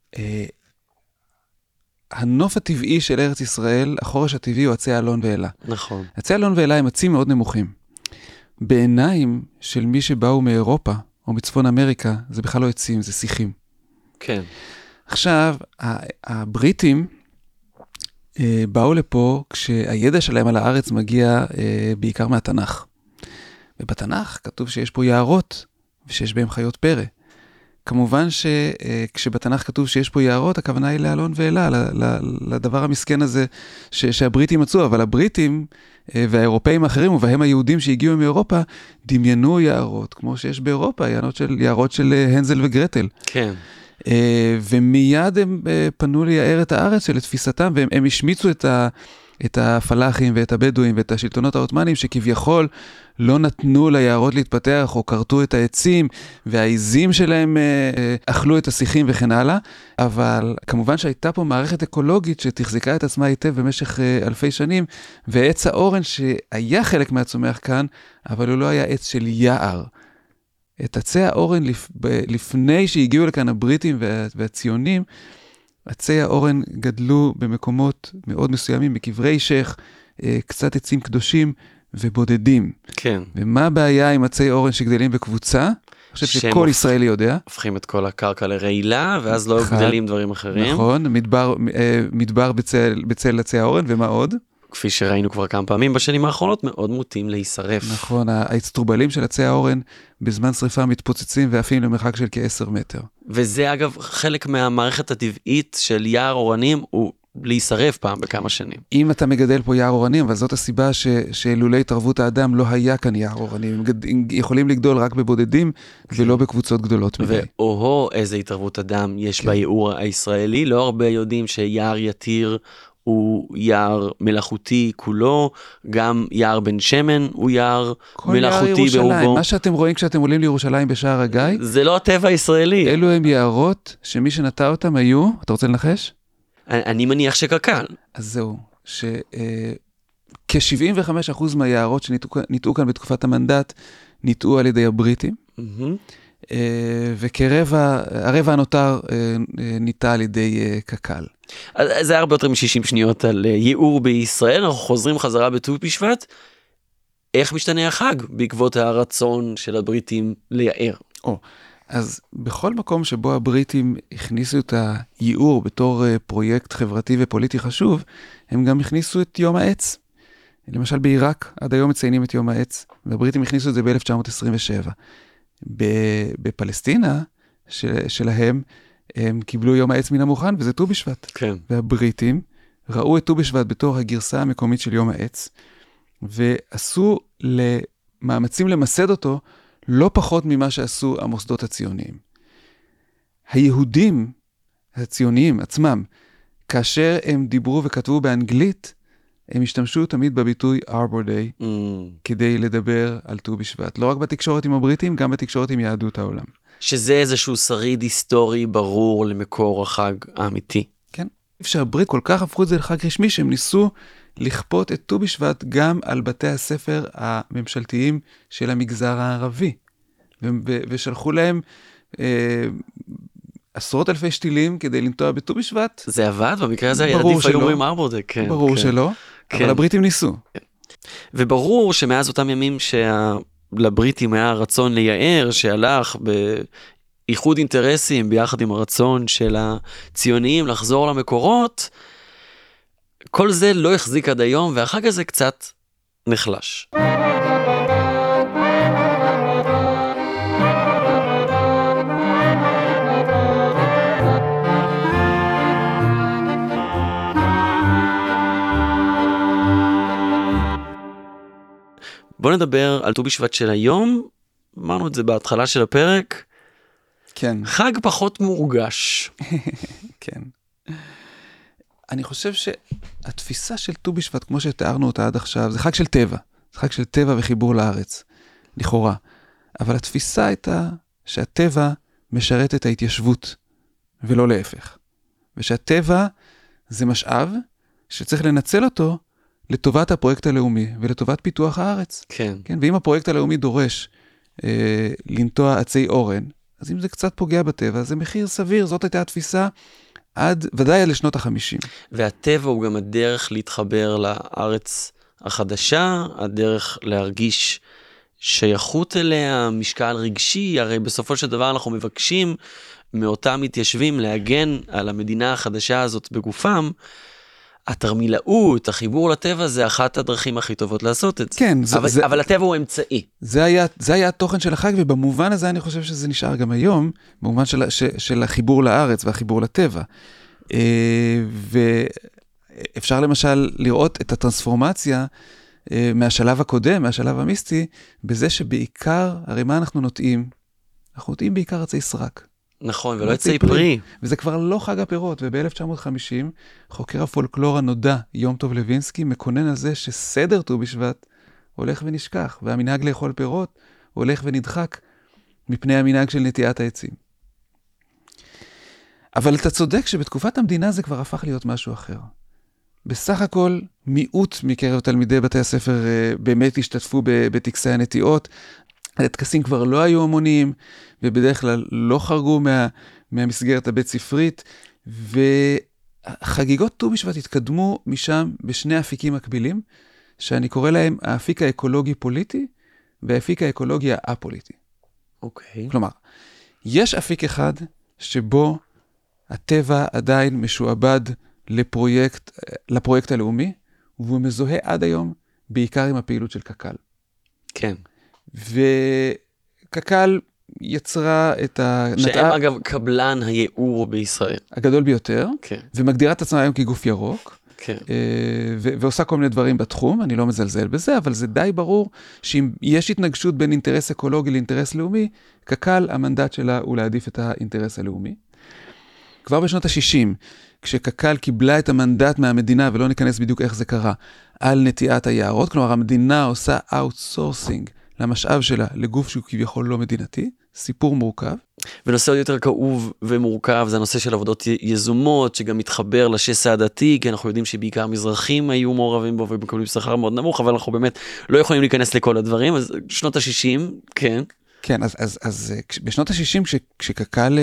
הנוף הטבעי של ארץ ישראל, החורש הטבעי הוא עצי אלון ואלה. נכון. עצי אלון ואלה הם עצים מאוד נמוכים. בעיניים של מי שבאו מאירופה, או מצפון אמריקה, זה בכלל לא עצים, זה שיחים. כן. עכשיו, הבריטים באו לפה כשהידע שלהם על הארץ מגיע בעיקר מהתנ"ך. ובתנ"ך כתוב שיש פה יערות, ושיש בהם חיות פרא. כמובן שכשבתנ"ך כתוב שיש פה יערות, הכוונה היא לאלון ואלה, לדבר המסכן הזה שהבריטים מצאו, אבל הבריטים והאירופאים האחרים, ובהם היהודים שהגיעו מאירופה, דמיינו יערות, כמו שיש באירופה, יערות של הנזל וגרטל. כן. ומיד הם פנו לייער את הארץ שלתפיסתם, והם השמיצו את הפלאחים ואת הבדואים ואת השלטונות העות'מאנים, שכביכול לא נתנו ליערות להתפתח, או קרטו את העצים, והעיזים שלהם אכלו את השיחים וכן הלאה, אבל כמובן שהייתה פה מערכת אקולוגית שתחזיקה את עצמה היטב במשך אלפי שנים, ועץ האורן שהיה חלק מהצומח כאן, אבל הוא לא היה עץ של יער. את עצי האורן לפני שהגיעו לכאן הבריטים והציונים, עצי האורן גדלו במקומות מאוד מסוימים, בקברי שייח, קצת עצים קדושים ובודדים. כן. ומה הבעיה עם עצי אורן שגדלים בקבוצה? אני חושב שכל ישראלי יודע. הופכים את כל הקרקע לרעילה, ואז לא גדלים דברים אחרים. נכון, מדבר בצל עצי האורן, ומה עוד? כפי שראינו כבר כמה פעמים בשנים האחרונות, מאוד מוטים להישרף. נכון, האצטרובלים של עצי האורן בזמן שריפה מתפוצצים ועפים למרחק של כ-10 מטר. וזה אגב חלק מהמערכת הטבעית של יער אורנים, הוא להישרף פעם בכמה שנים. אם אתה מגדל פה יער אורנים, אבל זאת הסיבה שלולא התערבות האדם לא היה כאן יער אורנים. הם יכולים לגדול רק בבודדים ולא בקבוצות גדולות מדי. ואוהו, איזה התערבות אדם יש בייעור הישראלי. לא הרבה יודעים שיער יתיר הוא יער מלאכותי כולו, גם יער בן שמן הוא יער מלאכותי ברובו. מה שאתם רואים כשאתם עולים לירושלים בשער הגיא, זה לא הטבע הישראלי. אלו הם יערות שמי שנטע אותם היו, אתה רוצה לנחש? אני מניח שקק"ל. אז זהו, כ-75% מהיערות שניטעו כאן בתקופת המנדט, ניטעו על ידי הבריטים, הרבע הנותר ניטע על ידי קק"ל. זה היה הרבה יותר מ-60 שניות על ייעור בישראל, אנחנו חוזרים חזרה בט"ו בשבט. איך משתנה החג בעקבות הרצון של הבריטים לייער? אז בכל מקום שבו הבריטים הכניסו את הייעור בתור פרויקט חברתי ופוליטי חשוב, הם גם הכניסו את יום העץ. למשל בעיראק, עד היום מציינים את יום העץ, והבריטים הכניסו את זה ב-1927. בפלסטינה שלהם, הם קיבלו יום העץ מן המוכן, וזה ט"ו בשבט. כן. והבריטים ראו את ט"ו בשבט בתור הגרסה המקומית של יום העץ, ועשו למאמצים למסד אותו, לא פחות ממה שעשו המוסדות הציוניים. היהודים הציוניים עצמם, כאשר הם דיברו וכתבו באנגלית, הם השתמשו תמיד בביטוי Arbor Day, כדי לדבר על ט"ו בשבט. לא רק בתקשורת עם הבריטים, גם בתקשורת עם יהדות העולם. שזה איזשהו שריד היסטורי ברור למקור החג האמיתי. כן. שהברית כל כך הפכו את זה לחג רשמי, שהם ניסו לכפות את ט"ו בשבט גם על בתי הספר הממשלתיים של המגזר הערבי. ושלחו להם עשרות אלפי שתילים כדי לנטוע בט"ו בשבט. זה עבד? במקרה הזה עדיף היו אומרים Arbor Day. כן, ברור כן. שלא, כן. אבל הבריטים ניסו. כן. וברור שמאז אותם ימים שלבריטים היה רצון לייער, שהלך באיחוד אינטרסים ביחד עם הרצון של הציוניים לחזור למקורות, כל זה לא החזיק עד היום, והחג הזה קצת נחלש. בוא נדבר על ט"ו בשבט של היום, אמרנו את זה בהתחלה של הפרק, כן. חג פחות מורגש. כן. אני חושב שהתפיסה של ט"ו בשבט, כמו שתיארנו אותה עד עכשיו, זה חג של טבע. זה חג של טבע וחיבור לארץ, לכאורה. אבל התפיסה הייתה שהטבע משרת את ההתיישבות, ולא להפך. ושהטבע זה משאב שצריך לנצל אותו לטובת הפרויקט הלאומי ולטובת פיתוח הארץ. כן. כן? ואם הפרויקט הלאומי דורש לנטוע עצי אורן, אז אם זה קצת פוגע בטבע, זה מחיר סביר. זאת הייתה התפיסה ודאי עד לשנות ה-50. והטבע הוא גם הדרך להתחבר לארץ החדשה, הדרך להרגיש שייכות אליה, משקל רגשי, הרי בסופו של דבר אנחנו מבקשים מאותם מתיישבים להגן על המדינה החדשה הזאת בגופם. התרמילאות, החיבור לטבע זה אחת הדרכים הכי טובות לעשות את זה. כן. אבל הטבע הוא אמצעי. זה היה התוכן של החג, ובמובן הזה אני חושב שזה נשאר גם היום, במובן של החיבור לארץ והחיבור לטבע. ואפשר למשל לראות את הטרנספורמציה מהשלב הקודם, מהשלב המיסטי, בזה שבעיקר, הרי מה אנחנו נוטעים? אנחנו נוטעים בעיקר עצי סרק. נכון, ולא עצי פרי. וזה כבר לא חג הפירות, וב-1950 חוקר הפולקלור הנודע, יום טוב לוינסקי, מקונן על זה שסדר ט"ו בשבט הולך ונשכח, והמנהג לאכול פירות הולך ונדחק מפני המנהג של נטיעת העצים. אבל אתה צודק שבתקופת המדינה זה כבר הפך להיות משהו אחר. בסך הכל מיעוט מקרב תלמידי בתי הספר באמת השתתפו בטקסי הנטיעות, הטקסים כבר לא היו המוניים, ובדרך כלל לא חרגו מהמסגרת הבית ספרית, וחגיגות ט"ו בשבט התקדמו משם בשני אפיקים מקבילים, שאני קורא להם האפיק האקולוגי-פוליטי, והאפיק האקולוגי האפוליטי. אוקיי. כלומר, יש אפיק אחד שבו הטבע עדיין משועבד לפרויקט הלאומי, והוא מזוהה עד היום בעיקר עם הפעילות של קק"ל. כן. וקק"ל יצרה את שהם אגב קבלן הייעור בישראל. הגדול ביותר, כן. ומגדירה את עצמה היום כגוף ירוק, כן. ועושה כל מיני דברים בתחום, אני לא מזלזל בזה, אבל זה די ברור שאם יש התנגשות בין אינטרס אקולוגי לאינטרס לאומי, קק"ל, המנדט שלה הוא להעדיף את האינטרס הלאומי. כבר בשנות ה-60, כשקק"ל קיבלה את המנדט מהמדינה, ולא ניכנס בדיוק איך זה קרה, על נטיעת היערות, כלומר המדינה עושה אאוטסורסינג למשאב שלה לגוף שהוא כביכול לא מדינתי, סיפור מורכב. ונושא עוד יותר כאוב ומורכב, זה הנושא של עבודות יזומות, שגם מתחבר לשסע הדתי, כי אנחנו יודעים שבעיקר מזרחים היו מעורבים בו ומקבלים שכר מאוד נמוך, אבל אנחנו באמת לא יכולים להיכנס לכל הדברים, אז שנות ה-60, כן. כן, אז בשנות ה-60, כשקק"ל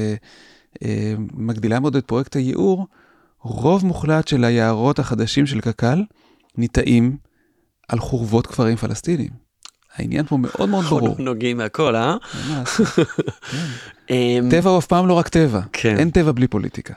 מגדילה מאוד את פרויקט הייעור, רוב מוחלט של היערות החדשים של קק"ל ניטעים על חורבות כפרים פלסטינים. העניין פה מאוד מאוד ברור. אנחנו נוגעים מהכל, אה? ממש. טבע הוא אף פעם לא רק טבע. אין טבע בלי פוליטיקה.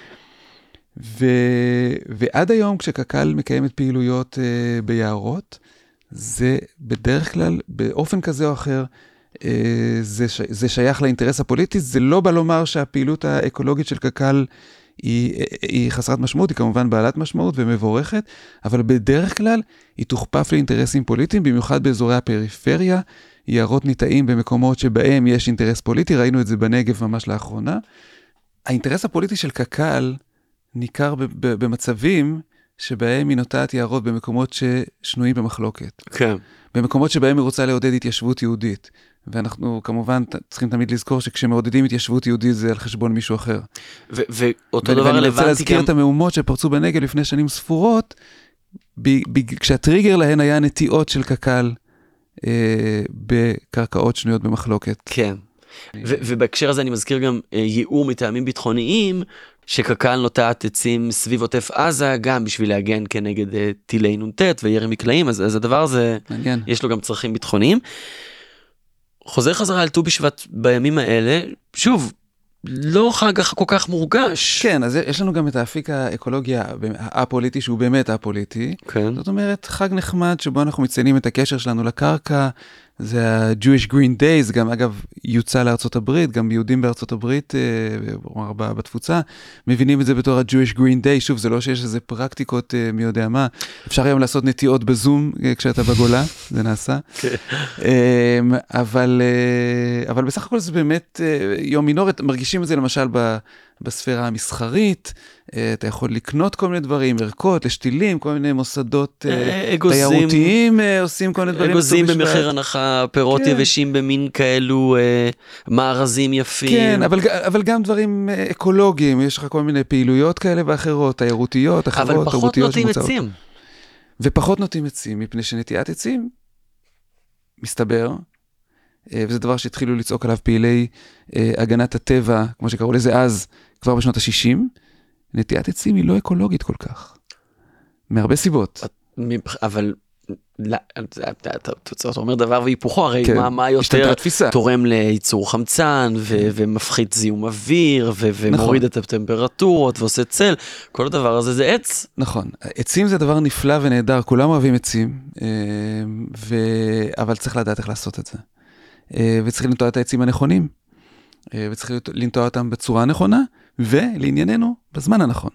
ועד היום כשקק"ל מקיימת פעילויות ביערות, זה בדרך כלל, באופן כזה או אחר, זה שייך לאינטרס הפוליטי. זה לא בא לומר שהפעילות האקולוגית של קק"ל היא חסרת משמעות, היא כמובן בעלת משמעות ומבורכת, אבל בדרך כלל היא תוכפף לאינטרסים פוליטיים, במיוחד באזורי הפריפריה, יערות ניטעים במקומות שבהם יש אינטרס פוליטי, ראינו את זה בנגב ממש לאחרונה. האינטרס הפוליטי של קק"ל ניכר במצבים שבהם היא נוטעת יערות במקומות ששנויים במחלוקת. כן. במקומות שבהם היא רוצה לעודד התיישבות יהודית. ואנחנו כמובן צריכים תמיד לזכור שכשמעודדים התיישבות יהודית זה על חשבון מישהו אחר. ואותו דבר רלוונטי גם... ואני רוצה להזכיר את המהומות שפרצו בנגב לפני שנים ספורות, כשהטריגר להן היה נטיעות של קק"ל בקרקעות שנויות במחלוקת. כן. ובהקשר הזה אני מזכיר גם ייעור מטעמים ביטחוניים, שקק"ל נוטעת עצים סביב עוטף עזה, גם בשביל להגן כנגד טילי נ"ט וירי מקלעים, אז הדבר הזה, יש לו גם צרכים ביטחוניים. חוזר חזרה על ט"ו בשבט בימים האלה, שוב, לא חג כל כך מורגש. כן, אז יש לנו גם את האפיק האקולוגיה הפוליטי, שהוא באמת הפוליטי. כן. זאת אומרת, חג נחמד שבו אנחנו מציינים את הקשר שלנו לקרקע, זה ה-Jewish Green Days, גם אגב יוצא לארצות הברית, גם יהודים בארצות הברית, בתפוצה, מבינים את זה בתור ה-Jewish Green Day, שוב, זה לא שיש איזה פרקטיקות מי יודע מה, אפשר היום לעשות נטיעות בזום כשאתה בגולה, זה נעשה, אבל בסך הכל זה באמת יום מינורת, מרגישים את זה למשל בספירה המסחרית, אתה יכול לקנות כל מיני דברים, ערכות, לשתילים, כל מיני מוסדות תיירותיים עושים כל מיני דברים. אגוזים במחיר הנחה, פירות יבשים במין כאלו מארזים יפים. כן, אבל גם דברים אקולוגיים, יש לך כל מיני פעילויות כאלה ואחרות, תיירותיות, אחרות, אבל פחות נוטים עצים. ופחות נוטים עצים, מפני שנטיעת עצים, מסתבר, וזה דבר שהתחילו לצעוק עליו פעילי הגנת הטבע, כמו שקראו לזה אז, כבר בשנות ה-60, נטיעת עצים היא לא אקולוגית כל כך. מהרבה סיבות. אבל אתה אומר דבר והיפוכו, הרי מה יותר תורם לייצור חמצן ומפחית זיהום אוויר ומוריד את הטמפרטורות ועושה צל, כל הדבר הזה זה עץ. נכון, עצים זה דבר נפלא ונהדר, כולם אוהבים עצים, אבל צריך לדעת איך לעשות את זה. וצריך לנטוע את העצים הנכונים, וצריך לנטוע אותם בצורה הנכונה, ולענייננו, בזמן הנכון.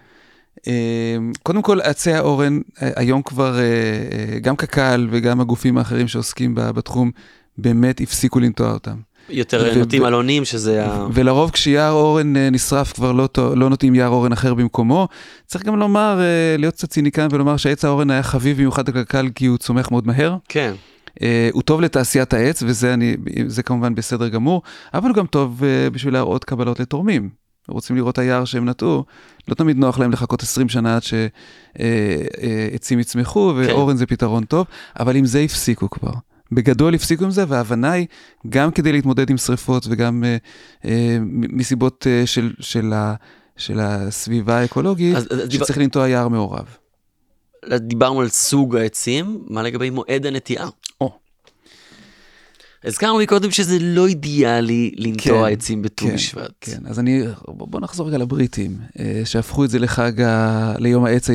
קודם כל, עצי האורן, היום כבר גם קק"ל וגם הגופים האחרים שעוסקים בתחום, באמת הפסיקו לנטוע אותם. יותר נוטים אלונים, שזה... ולרוב כשיער אורן נשרף, כבר לא נוטים יער אורן אחר במקומו. צריך גם לומר, להיות קצת ציניקן ולומר שעץ האורן היה חביב במיוחד לקק"ל, כי הוא צומח מאוד מהר. כן. הוא טוב לתעשיית העץ, וזה כמובן בסדר גמור, אבל הוא גם טוב בשביל להראות קבלות לתורמים. רוצים לראות היער שהם נטעו, לא תמיד נוח להם לחכות 20 שנה עד שעצים יצמחו, ואורן זה פתרון טוב, אבל עם זה הפסיקו כבר. בגדול הפסיקו עם זה, וההבנה היא גם כדי להתמודד עם שריפות, וגם מסיבות של הסביבה האקולוגית, שצריך לנטוע יער מעורב. דיברנו על סוג העצים, מה לגבי מועד הנטיעה? הזכרנו מקודם שזה לא אידיאלי לנטוע עצים בט"ו בשבט. כן, אז בוא נחזור רגע לבריטים, שהפכו את זה לחג, ליום העץ,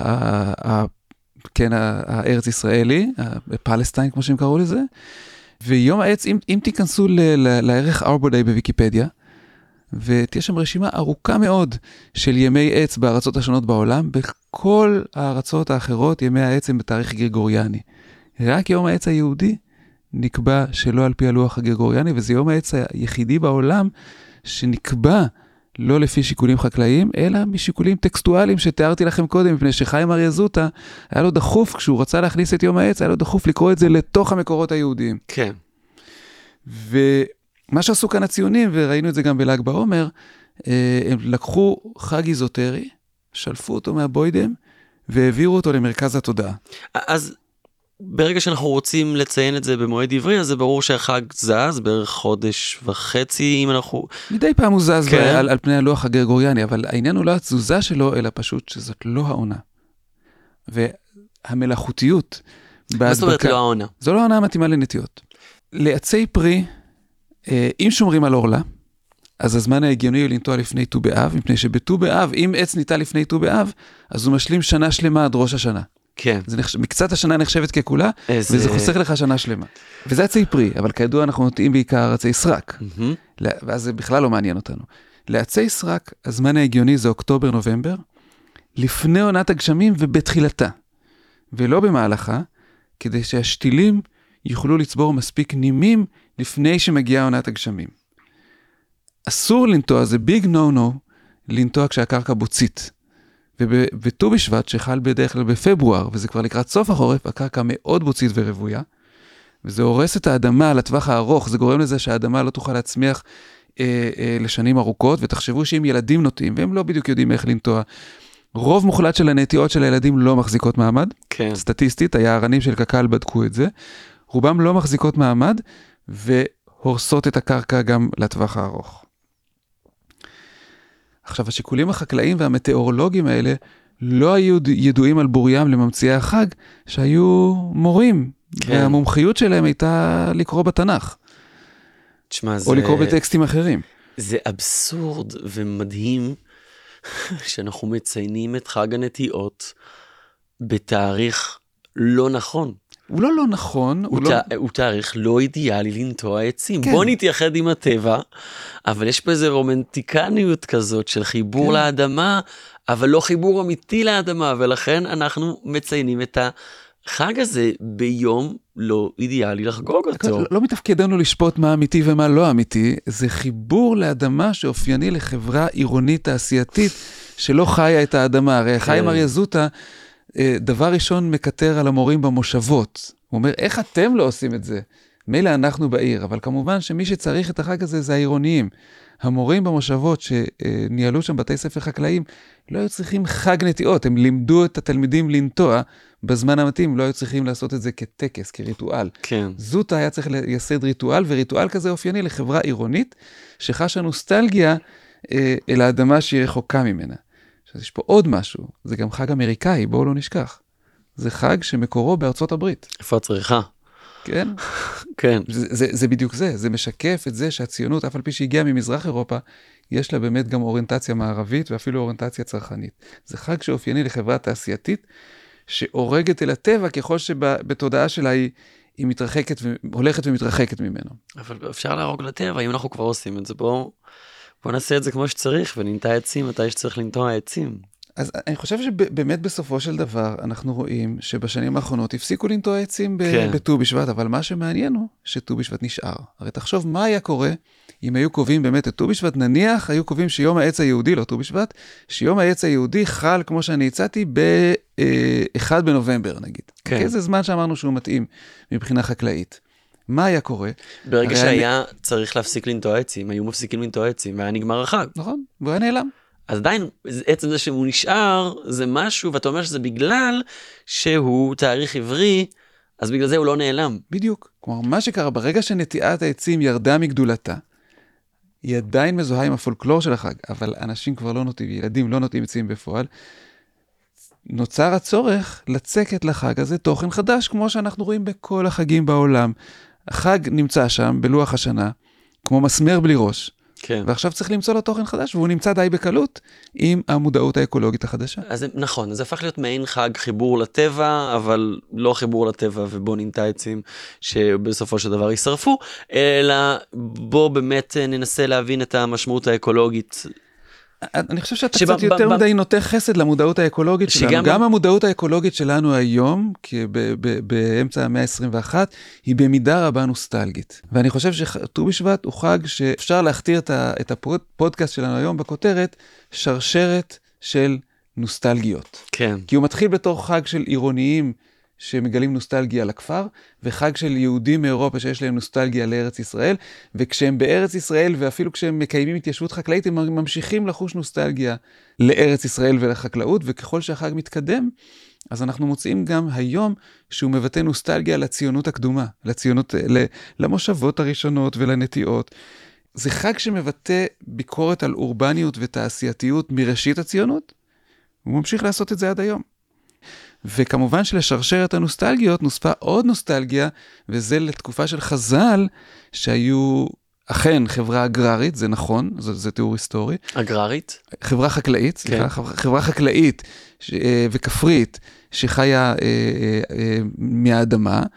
כן, הארץ ישראלי, בפלסטיין, כמו שהם קראו לזה, ויום העץ, אם תיכנסו לערך ארבו דיי בוויקיפדיה, ותהיה שם רשימה ארוכה מאוד של ימי עץ בארצות השונות בעולם, בכל הארצות האחרות ימי העץ הם בתאריך גרגוריאני. רק יום העץ היהודי נקבע שלא על פי הלוח הגרגוריאני, וזה יום העץ היחידי בעולם שנקבע לא לפי שיקולים חקלאיים, אלא משיקולים טקסטואליים שתיארתי לכם קודם, מפני שחיים אריה זוטה, היה לו דחוף, כשהוא רצה להכניס את יום העץ, היה לו דחוף לקרוא את זה לתוך המקורות היהודיים. כן. ומה שעשו כאן הציונים, וראינו את זה גם בל"ג בעומר, הם לקחו חג איזוטרי, שלפו אותו מהבוידם, והעבירו אותו למרכז התודעה. אז ברגע שאנחנו רוצים לציין את זה במועד עברי, אז זה ברור שהחג זז בערך חודש וחצי, אם אנחנו... מדי פעם הוא זז על פני הלוח הגרגוריאני, אבל העניין הוא לא התזוזה שלו, אלא פשוט שזאת לא העונה. והמלאכותיות... מה זאת אומרת לא העונה? זו לא העונה המתאימה לנטיות. לעצי פרי, אם שומרים על אורלה, אז הזמן ההגיוני הוא לנטוע לפני ט"ו באב, מפני שבט"ו באב, אם עץ ניטע לפני ט"ו באב, אז הוא משלים שנה שלמה עד ראש השנה. כן. מקצת השנה נחשבת ככולה, וזה חוסך לך שנה שלמה. וזה עצי פרי, אבל כידוע אנחנו נוטעים בעיקר עצי סרק. ואז זה בכלל לא מעניין אותנו. לעצי סרק, הזמן ההגיוני זה אוקטובר-נובמבר, לפני עונת הגשמים ובתחילתה. ולא במהלכה, כדי שהשתילים יוכלו לצבור מספיק נימים לפני שמגיעה עונת הגשמים. אסור לנטוע, זה ביג נו-נו, לנטוע כשהקרקע בוצית. ובט"ו בשבט שחל בדרך כלל בפברואר, וזה כבר לקראת סוף החורף, הקרקע מאוד בוצית ורבויה, וזה הורס את האדמה לטווח הארוך, זה גורם לזה שהאדמה לא תוכל להצמיח לשנים ארוכות, ותחשבו שאם ילדים נוטעים, והם לא בדיוק יודעים איך לנטוע, רוב מוחלט של הנטיעות של הילדים לא מחזיקות מעמד, כן. סטטיסטית, היערנים של קק"ל בדקו את זה, רובם לא מחזיקות מעמד, והורסות את הקרקע גם לטווח הארוך. עכשיו, השיקולים החקלאיים והמטאורולוגיים האלה לא היו ידועים על בוריים לממציאי החג, שהיו מורים, כן. והמומחיות שלהם הייתה לקרוא בתנ"ך. תשמע, או לקרוא בטקסטים אחרים. זה אבסורד ומדהים שאנחנו מציינים את חג הנטיעות בתאריך לא נכון. הוא לא נכון. הוא תאריך לא אידיאלי לנטוע עצים. כן. בוא נתייחד עם הטבע, אבל יש פה איזו רומנטיקניות כזאת של חיבור לאדמה, אבל לא חיבור אמיתי לאדמה, ולכן אנחנו מציינים את החג הזה ביום לא אידיאלי לחגוג אותו. לא מתפקידנו לשפוט מה אמיתי ומה לא אמיתי, זה חיבור לאדמה שאופייני לחברה עירונית תעשייתית, שלא חיה את האדמה. הרי חיים אריה זוטה, דבר ראשון מקטר על המורים במושבות. הוא אומר, איך אתם לא עושים את זה? מילא אנחנו בעיר, אבל כמובן שמי שצריך את החג הזה זה העירוניים. המורים במושבות שניהלו שם בתי ספר חקלאיים, לא היו צריכים חג נטיעות, הם לימדו את התלמידים לנטוע בזמן המתאים, לא היו צריכים לעשות את זה כטקס, כריטואל. כן. זוטה היה צריך לייסד ריטואל, וריטואל כזה אופייני לחברה עירונית, שחשה נוסטלגיה אל האדמה שהיא רחוקה ממנה. אז יש פה עוד משהו, זה גם חג אמריקאי, בואו לא נשכח. זה חג שמקורו בארצות הברית. איפה הצריכה? כן? כן. זה בדיוק זה, זה משקף את זה שהציונות, אף על פי שהגיעה ממזרח אירופה, יש לה באמת גם אוריינטציה מערבית, ואפילו אוריינטציה צרכנית. זה חג שאופייני לחברה תעשייתית, שהורגת אל הטבע, ככל שבתודעה שלה היא מתרחקת, הולכת ומתרחקת ממנו. אבל אפשר להרוג לטבע, אם אנחנו כבר עושים את זה, בואו נעשה את זה כמו שצריך, וננטע עצים מתי שצריך לנטוע עצים. אז אני חושב שבאמת בסופו של דבר, אנחנו רואים שבשנים האחרונות הפסיקו לנטוע עצים בט"ו בשבט, אבל מה שמעניין הוא שט"ו בשבט נשאר. הרי תחשוב מה היה קורה אם היו קובעים באמת את ט"ו בשבט, נניח היו קובעים שיום העץ היהודי, לא ט"ו בשבט, שיום העץ היהודי חל, כמו שאני הצעתי, ב-1 בנובמבר נגיד. כן. זה זמן שאמרנו שהוא מתאים מבחינה חקלאית. מה היה קורה? ברגע שהיה צריך להפסיק לנטוע עצים, היו מפסיקים לנטוע עצים, והיה נגמר החג. נכון, והוא היה נעלם. אז עדיין, עצם זה שהוא נשאר, זה משהו, ואתה אומר שזה בגלל שהוא תאריך עברי, אז בגלל זה הוא לא נעלם. בדיוק. כלומר, מה שקרה, ברגע שנטיעת העצים ירדה מגדולתה, היא עדיין מזוהה עם הפולקלור של החג, אבל אנשים כבר לא נוטעים, ילדים לא נוטעים עצים בפועל, נוצר הצורך לצקת לחג הזה תוכן חדש, כמו שאנחנו רואים בכל החגים בעולם. החג נמצא שם בלוח השנה, כמו מסמר בלי ראש. כן. ועכשיו צריך למצוא לו תוכן חדש, והוא נמצא די בקלות עם המודעות האקולוגית החדשה. אז נכון, זה הפך להיות מעין חג חיבור לטבע, אבל לא חיבור לטבע ובוא ננטע עצים שבסופו של דבר יישרפו, אלא בוא באמת ננסה להבין את המשמעות האקולוגית. אני חושב שאתה קצת יותר מדי נוטה חסד למודעות האקולוגית שלנו. גם המודעות האקולוגית שלנו היום, באמצע המאה ה-21, היא במידה רבה נוסטלגית. ואני חושב שט"ו בשבט הוא חג שאפשר להכתיר את הפודקאסט שלנו היום בכותרת, שרשרת של נוסטלגיות. כן. כי הוא מתחיל בתור חג של עירוניים, שמגלים נוסטלגיה לכפר, וחג של יהודים מאירופה שיש להם נוסטלגיה לארץ ישראל, וכשהם בארץ ישראל, ואפילו כשהם מקיימים התיישבות חקלאית, הם ממשיכים לחוש נוסטלגיה לארץ ישראל ולחקלאות, וככל שהחג מתקדם, אז אנחנו מוצאים גם היום שהוא מבטא נוסטלגיה לציונות הקדומה, לציונות, למושבות הראשונות ולנטיעות. זה חג שמבטא ביקורת על אורבניות ותעשייתיות מראשית הציונות, הוא ממשיך לעשות את זה עד היום. וכמובן שלשרשרת הנוסטלגיות נוספה עוד נוסטלגיה, וזה לתקופה של חז"ל, שהיו אכן חברה אגררית, זה נכון, זה תיאור היסטורי. אגררית? חברה חקלאית, סליחה, חברה חקלאית וכפרית, שחיה מהאדמה,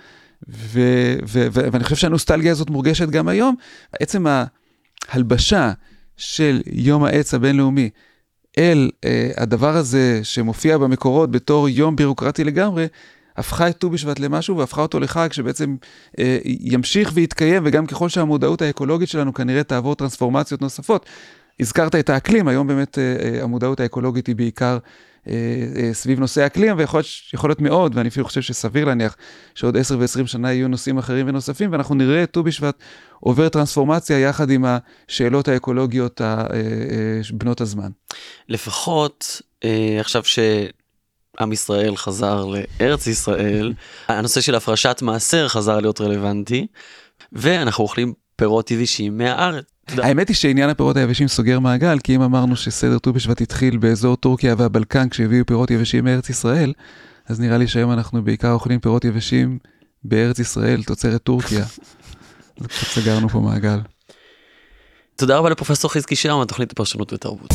ואני חושב שהנוסטלגיה הזאת מורגשת גם היום. עצם ההלבשה של יום העץ הבינלאומי, אל הדבר הזה שמופיע במקורות בתור יום בירוקרטי לגמרי, הפכה את ט"ו בשבט למשהו, והפכה אותו לחג שבעצם ימשיך ויתקיים, וגם ככל שהמודעות האקולוגית שלנו כנראה תעבור טרנספורמציות נוספות. הזכרת את האקלים, היום באמת המודעות האקולוגית היא בעיקר סביב נושא האקלים, ויכול להיות מאוד, ואני אפילו חושב שסביר להניח שעוד 10 ו-20 שנה יהיו נושאים אחרים ונוספים, ואנחנו נראה את ט"ו בשבט עובר טרנספורמציה יחד עם השאלות האקולוגיות בנות הזמן. לפחות עכשיו שעם ישראל חזר לארץ ישראל, הנושא של הפרשת מעשר חזר להיות רלוונטי, ואנחנו אוכלים פירות יבשים מהארץ. האמת היא שעניין הפירות היבשים סוגר מעגל, כי אם אמרנו שסדר ט"ו בשבט התחיל באזור טורקיה והבלקן כשהביאו פירות יבשים מארץ ישראל, אז נראה לי שהיום אנחנו בעיקר אוכלים פירות יבשים בארץ ישראל, תוצרת טורקיה. אז קצת סגרנו פה מעגל. תודה רבה לפרופסור חזקי שרמן, תוכנית הפרשנות ותרבות.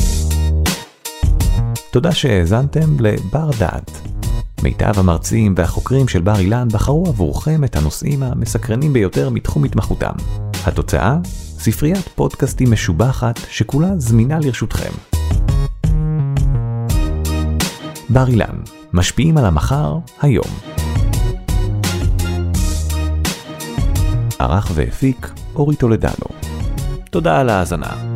תודה שהאזנתם לבר דעת. מיטב המרצים והחוקרים של בר אילן בחרו עבורכם את הנושאים המסקרנים ביותר מתחום התמחותם. התוצאה? ספריית פודקאסטים משובחת שכולה זמינה לרשותכם. בר אילן, משפיעים על המחר היום. ערך והפיק אורי טולדנו. תודה על ההאזנה.